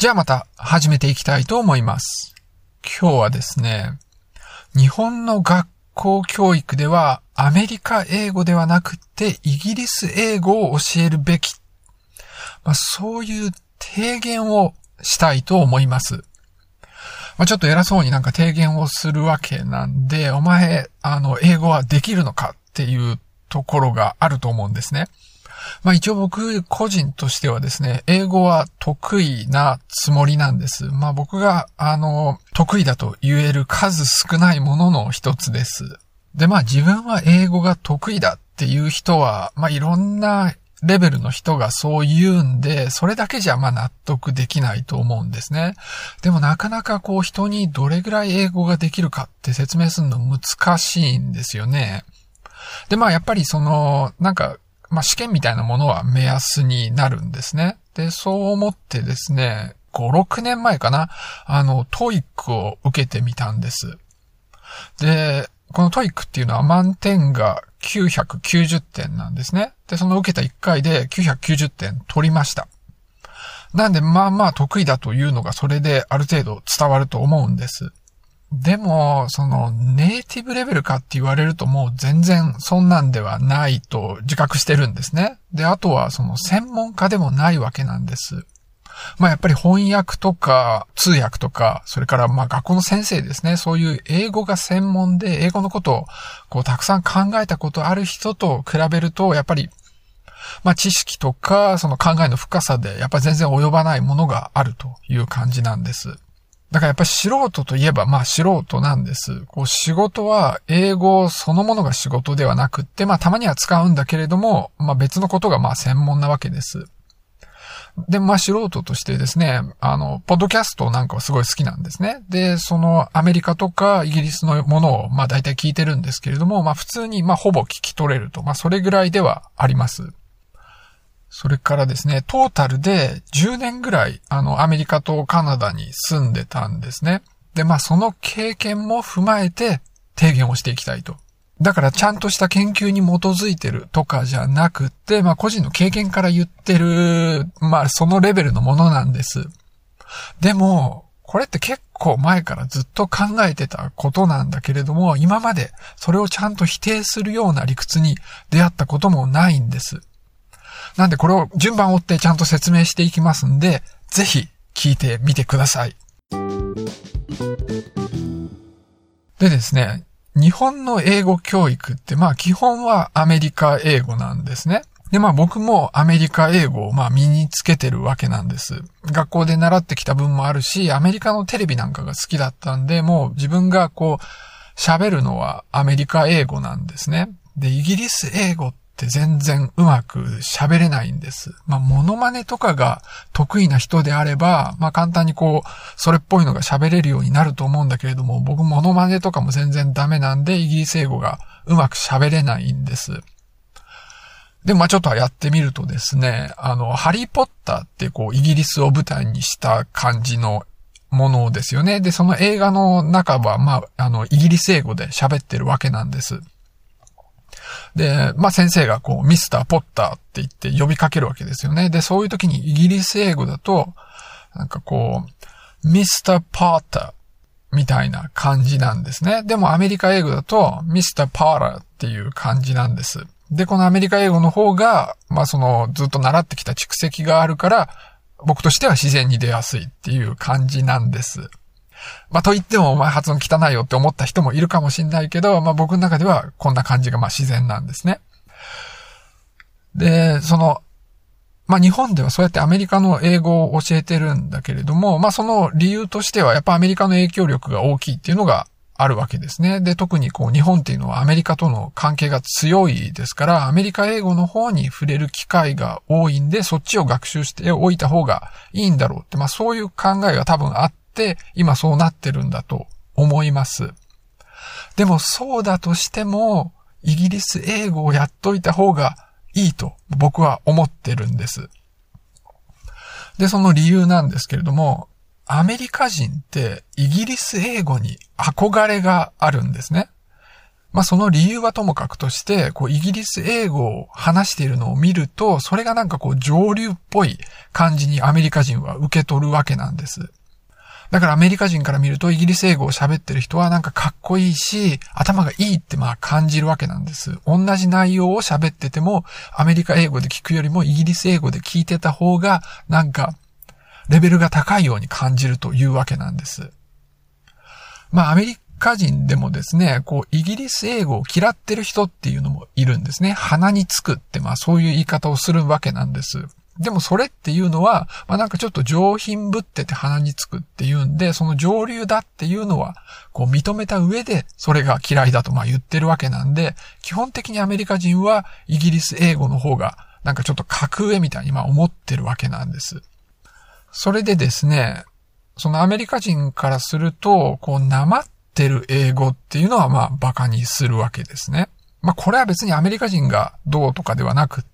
じゃあまた始めていきたいと思います。今日はですね、日本の学校教育ではアメリカ英語ではなくてイギリス英語を教えるべき。そういう提言をしたいと思います。ちょっと偉そうに提言をするわけなんで、お前、英語はできるのかっていうところがあると思うんですね。一応僕個人としてはですね、英語は得意なつもりなんです。僕が、得意だと言える数少ないものの一つです。で、自分は英語が得意だっていう人は、いろんなレベルの人がそう言うんで、それだけじゃ納得できないと思うんですね。でもなかなか人にどれぐらい英語ができるかって説明するの難しいんですよね。で、やっぱり試験みたいなものは目安になるんですね。で、そう思ってですね、5、6年前かな、TOEIC を受けてみたんです。で、この TOEIC っていうのは満点が990点なんですね。で、その受けた1回で990点取りました。なんで、得意だというのがそれである程度伝わると思うんです。でも、ネイティブレベルかって言われるともう全然そんなんではないと自覚してるんですね。で、あとは専門家でもないわけなんです。やっぱり翻訳とか通訳とか、それから学校の先生ですね。そういう英語が専門で英語のことをたくさん考えたことある人と比べると、やっぱり知識とか考えの深さでやっぱり全然及ばないものがあるという感じなんです。だからやっぱり素人といえば素人なんです。仕事は英語そのものが仕事ではなくって、たまには使うんだけれども、別のことが専門なわけです。で、素人としてですね、ポッドキャストなんかはすごい好きなんですね。で、アメリカとかイギリスのものを大体聞いてるんですけれども、普通にほぼ聞き取れると、それぐらいではあります。それからですね、トータルで10年ぐらい、アメリカとカナダに住んでたんですね。で、その経験も踏まえて提言をしていきたいと。だからちゃんとした研究に基づいてるとかじゃなくって、個人の経験から言ってる、そのレベルのものなんです。でも、これって結構前からずっと考えてたことなんだけれども、今までそれをちゃんと否定するような理屈に出会ったこともないんです。なんでこれを順番を追ってちゃんと説明していきますんで、ぜひ聞いてみてください。でですね、日本の英語教育って基本はアメリカ英語なんですね。で僕もアメリカ英語を身につけてるわけなんです。学校で習ってきた分もあるし、アメリカのテレビなんかが好きだったんで、もう自分が喋るのはアメリカ英語なんですね。で、イギリス英語って全然うまく喋れないんです。モノマネとかが得意な人であれば、簡単にそれっぽいのが喋れるようになると思うんだけれども、僕モノマネとかも全然ダメなんで、イギリス英語がうまく喋れないんです。でもちょっとやってみるとですね、ハリーポッターってイギリスを舞台にした感じのものですよね。で、その映画の中は、イギリス英語で喋ってるわけなんです。で、先生がミスターポッターって言って呼びかけるわけですよね。で、そういう時にイギリス英語だと、ミスターパーターみたいな感じなんですね。でもアメリカ英語だと、ミスターパーラーっていう感じなんです。で、このアメリカ英語の方が、ずっと習ってきた蓄積があるから、僕としては自然に出やすいっていう感じなんです。と言っても、お前発音汚いよって思った人もいるかもしれないけど、僕の中ではこんな感じが自然なんですね。で、日本ではそうやってアメリカの英語を教えてるんだけれども、その理由としてはやっぱアメリカの影響力が大きいっていうのがあるわけですね。で、特に日本っていうのはアメリカとの関係が強いですから、アメリカ英語の方に触れる機会が多いんで、そっちを学習しておいた方がいいんだろうって、そういう考えが多分あって、今そうなってるんだと思います。でもそうだとしても、イギリス英語をやっといた方がいいと僕は思ってるんです。で、その理由なんですけれども、アメリカ人ってイギリス英語に憧れがあるんですね。 その理由はともかくとして、イギリス英語を話しているのを見ると、それが上流っぽい感じにアメリカ人は受け取るわけなんです。だからアメリカ人から見るとイギリス英語を喋ってる人はかっこいいし、頭がいいって感じるわけなんです。同じ内容を喋ってても、アメリカ英語で聞くよりもイギリス英語で聞いてた方が、レベルが高いように感じるというわけなんです。アメリカ人でもですね、イギリス英語を嫌ってる人っていうのもいるんですね。鼻につくって、そういう言い方をするわけなんです。でもそれっていうのは、ちょっと上品ぶってて鼻につくっていうんで、その上流だっていうのは、認めた上で、それが嫌いだと言ってるわけなんで、基本的にアメリカ人はイギリス英語の方が、ちょっと格上みたいに思ってるわけなんです。それでですね、そのアメリカ人からすると、なまってる英語っていうのは馬鹿にするわけですね。これは別にアメリカ人がどうとかではなくって、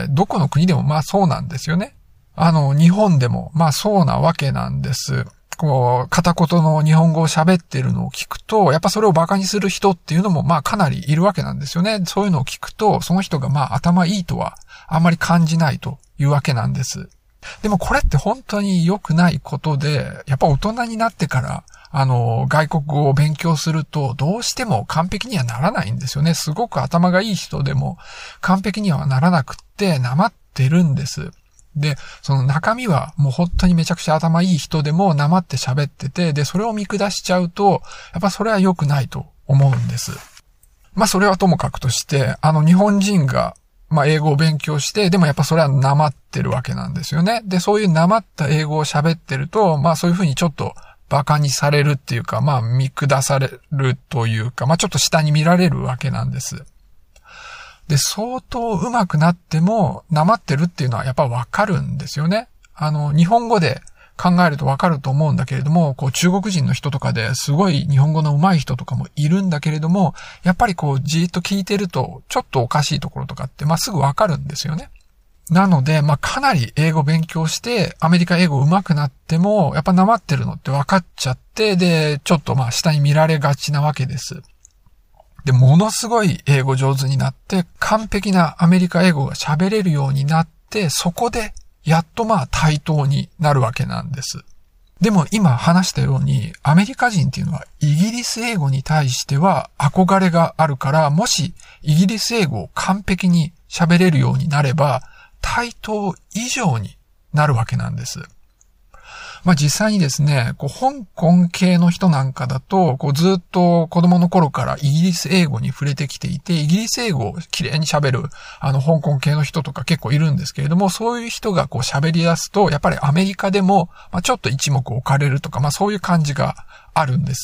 どこの国でもそうなんですよね。日本でもそうなわけなんです。片言の日本語を喋ってるのを聞くと、やっぱそれを馬鹿にする人っていうのもかなりいるわけなんですよね。そういうのを聞くと、その人が頭いいとはあんまり感じないというわけなんです。でもこれって本当に良くないことで、やっぱ大人になってから、外国語を勉強すると、どうしても完璧にはならないんですよね。すごく頭がいい人でも、完璧にはならなくって、なまってるんです。で、その中身はもう本当にめちゃくちゃ頭いい人でもなまって喋ってて、で、それを見下しちゃうと、やっぱそれは良くないと思うんです。それはともかくとして、日本人が、英語を勉強して、でもやっぱそれはなまってるわけなんですよね。で、そういうなまった英語を喋ってると、そういうふうにちょっと馬鹿にされるっていうか、見下されるというか、ちょっと下に見られるわけなんです。で、相当上手くなっても、なまってるっていうのはやっぱわかるんですよね。日本語で考えるとわかると思うんだけれども、中国人の人とかですごい日本語の上手い人とかもいるんだけれども、やっぱりじーっと聞いてると、ちょっとおかしいところとかって、すぐわかるんですよね。なので、かなり英語勉強して、アメリカ英語上手くなっても、やっぱなまってるのって分かっちゃって、で、ちょっと下に見られがちなわけです。で、ものすごい英語上手になって、完璧なアメリカ英語が喋れるようになって、そこで、やっと対等になるわけなんです。でも今話したように、アメリカ人っていうのはイギリス英語に対しては憧れがあるから、もしイギリス英語を完璧に喋れるようになれば、対等以上になるわけなんです。実際にですね、香港系の人なんかだと、ずっと子供の頃からイギリス英語に触れてきていて、イギリス英語をきれいに喋る、香港系の人とか結構いるんですけれども、そういう人が喋り出すと、やっぱりアメリカでも、ちょっと一目置かれるとか、そういう感じがあるんです。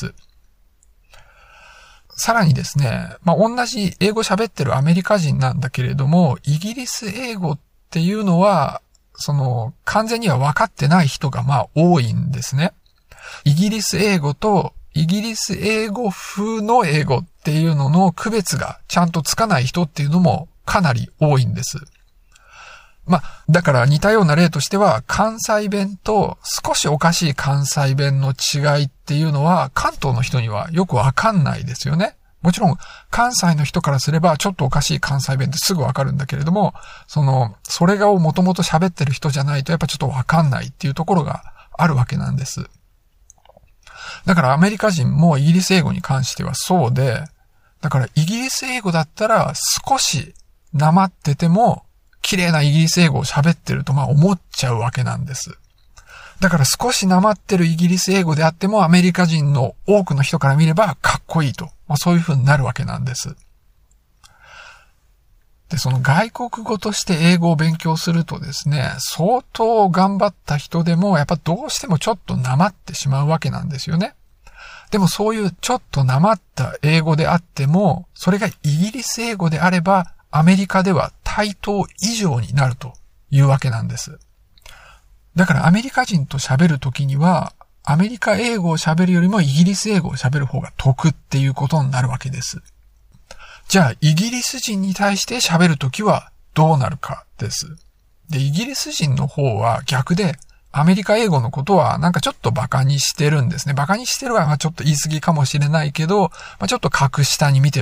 さらにですね、同じ英語喋ってるアメリカ人なんだけれども、イギリス英語っていうのは、完全には分かってない人が多いんですね。イギリス英語とイギリス英語風の英語っていうのの区別がちゃんとつかない人っていうのもかなり多いんです。だから似たような例としては、関西弁と少しおかしい関西弁の違いっていうのは関東の人にはよくわかんないですよね。もちろん、関西の人からすれば、ちょっとおかしい関西弁ってすぐわかるんだけれども、それをもともと喋ってる人じゃないと、やっぱちょっとわかんないっていうところがあるわけなんです。だからアメリカ人もイギリス英語に関してはそうで、だからイギリス英語だったら少しなまってても、綺麗なイギリス英語を喋ってると思っちゃうわけなんです。だから少しなまってるイギリス英語であってもアメリカ人の多くの人から見ればかっこいいと。そういう風になるわけなんです。で、その外国語として英語を勉強するとですね、相当頑張った人でもやっぱどうしてもちょっとなまってしまうわけなんですよね。でもそういうちょっとなまった英語であっても、それがイギリス英語であればアメリカでは対等以上になるというわけなんです。だからアメリカ人と喋るときには、アメリカ英語を喋るよりもイギリス英語を喋る方が得っていうことになるわけです。じゃあ、イギリス人に対して喋るときはどうなるかです。で、イギリス人の方は逆で、アメリカ英語のことはちょっとバカにしてるんですね。バカにしてるはちょっと言い過ぎかもしれないけど、ちょっと格下に見てると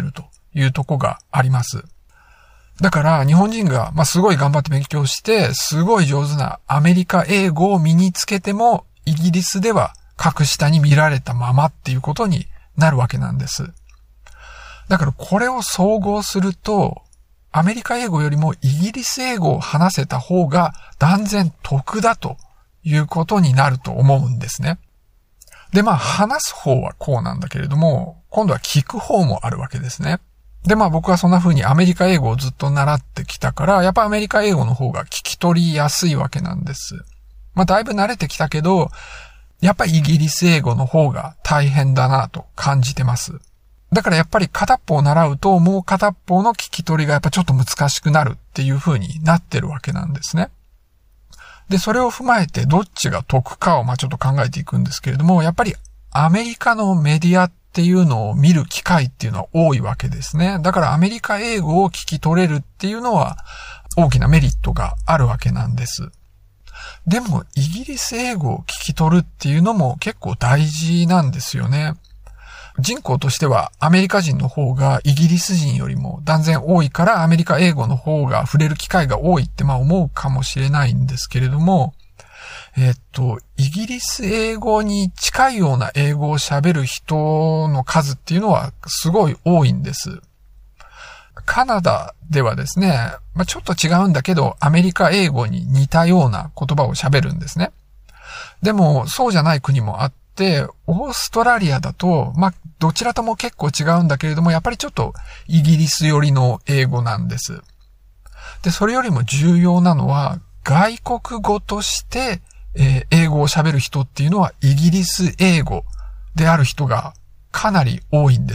いうとこがあります。だから日本人がすごい頑張って勉強して、すごい上手なアメリカ英語を身につけても、イギリスでは格下に見られたままっていうことになるわけなんです。だからこれを総合すると、アメリカ英語よりもイギリス英語を話せた方が断然得だということになると思うんですね。で、話す方はこうなんだけれども、今度は聞く方もあるわけですね。で、僕はそんな風にアメリカ英語をずっと習ってきたから、やっぱアメリカ英語の方が聞き取りやすいわけなんです。だいぶ慣れてきたけど、やっぱりイギリス英語の方が大変だなと感じてます。だからやっぱり片っぽを習うと、もう片っぽの聞き取りがやっぱちょっと難しくなるっていう風になってるわけなんですね。で、それを踏まえてどっちが得かをちょっと考えていくんですけれども、やっぱりアメリカのメディアっていうのを見る機会っていうのは多いわけですね。だからアメリカ英語を聞き取れるっていうのは大きなメリットがあるわけなんです。でもイギリス英語を聞き取るっていうのも結構大事なんですよね。人口としてはアメリカ人の方がイギリス人よりも断然多いからアメリカ英語の方が触れる機会が多いって思うかもしれないんですけれども、イギリス英語に近いような英語を喋る人の数っていうのはすごい多いんです。カナダではですね、ちょっと違うんだけどアメリカ英語に似たような言葉を喋るんですね。でもそうじゃない国もあって、オーストラリアだと、どちらとも結構違うんだけれども、やっぱりちょっとイギリス寄りの英語なんです。で、それよりも重要なのは、外国語として、英語を喋る人っていうのはイギリス英語である人がかなり多いんです。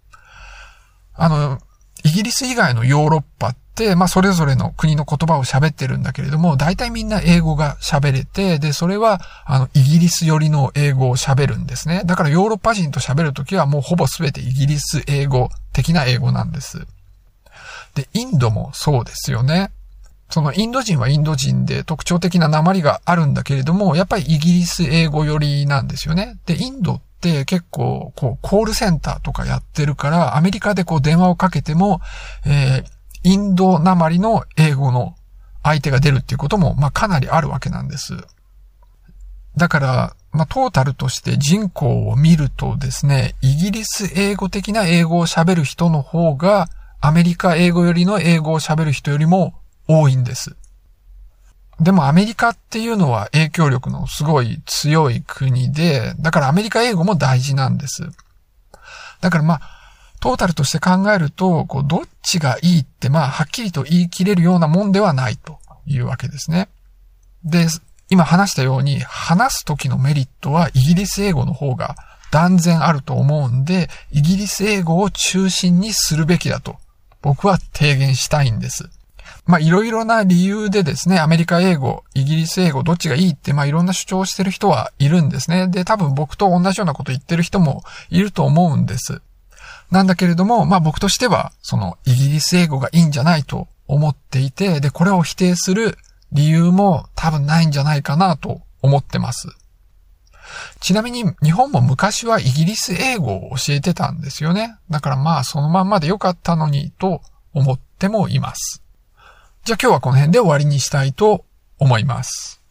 イギリス以外のヨーロッパって、それぞれの国の言葉を喋ってるんだけれども、大体みんな英語が喋れて、で、それは、イギリス寄りの英語を喋るんですね。だからヨーロッパ人と喋るときはもうほぼすべてイギリス英語的な英語なんです。で、インドもそうですよね。そのインド人はインド人で特徴的な訛りがあるんだけれども、やっぱりイギリス英語寄りなんですよね。で、インドって結構コールセンターとかやってるから、アメリカで電話をかけても、インド訛りの英語の相手が出るっていうこともかなりあるわけなんです。だからトータルとして人口を見るとですね、イギリス英語的な英語を喋る人の方がアメリカ英語よりの英語を喋る人よりも多いんです。でもアメリカっていうのは影響力のすごい強い国で、だからアメリカ英語も大事なんです。だからトータルとして考えると、どっちがいいってはっきりと言い切れるようなもんではないというわけですね。で、今話したように話す時のメリットはイギリス英語の方が断然あると思うんで、イギリス英語を中心にするべきだと僕は提言したいんです。いろいろな理由でですね、アメリカ英語、イギリス英語、どっちがいいっていろんな主張をしてる人はいるんですね。で、多分僕と同じようなこと言ってる人もいると思うんです。なんだけれども、僕としては、そのイギリス英語がいいんじゃないと思っていて、で、これを否定する理由も多分ないんじゃないかなと思ってます。ちなみに日本も昔はイギリス英語を教えてたんですよね。だからそのまんまでよかったのにと思ってもいます。じゃあ今日はこの辺で終わりにしたいと思います。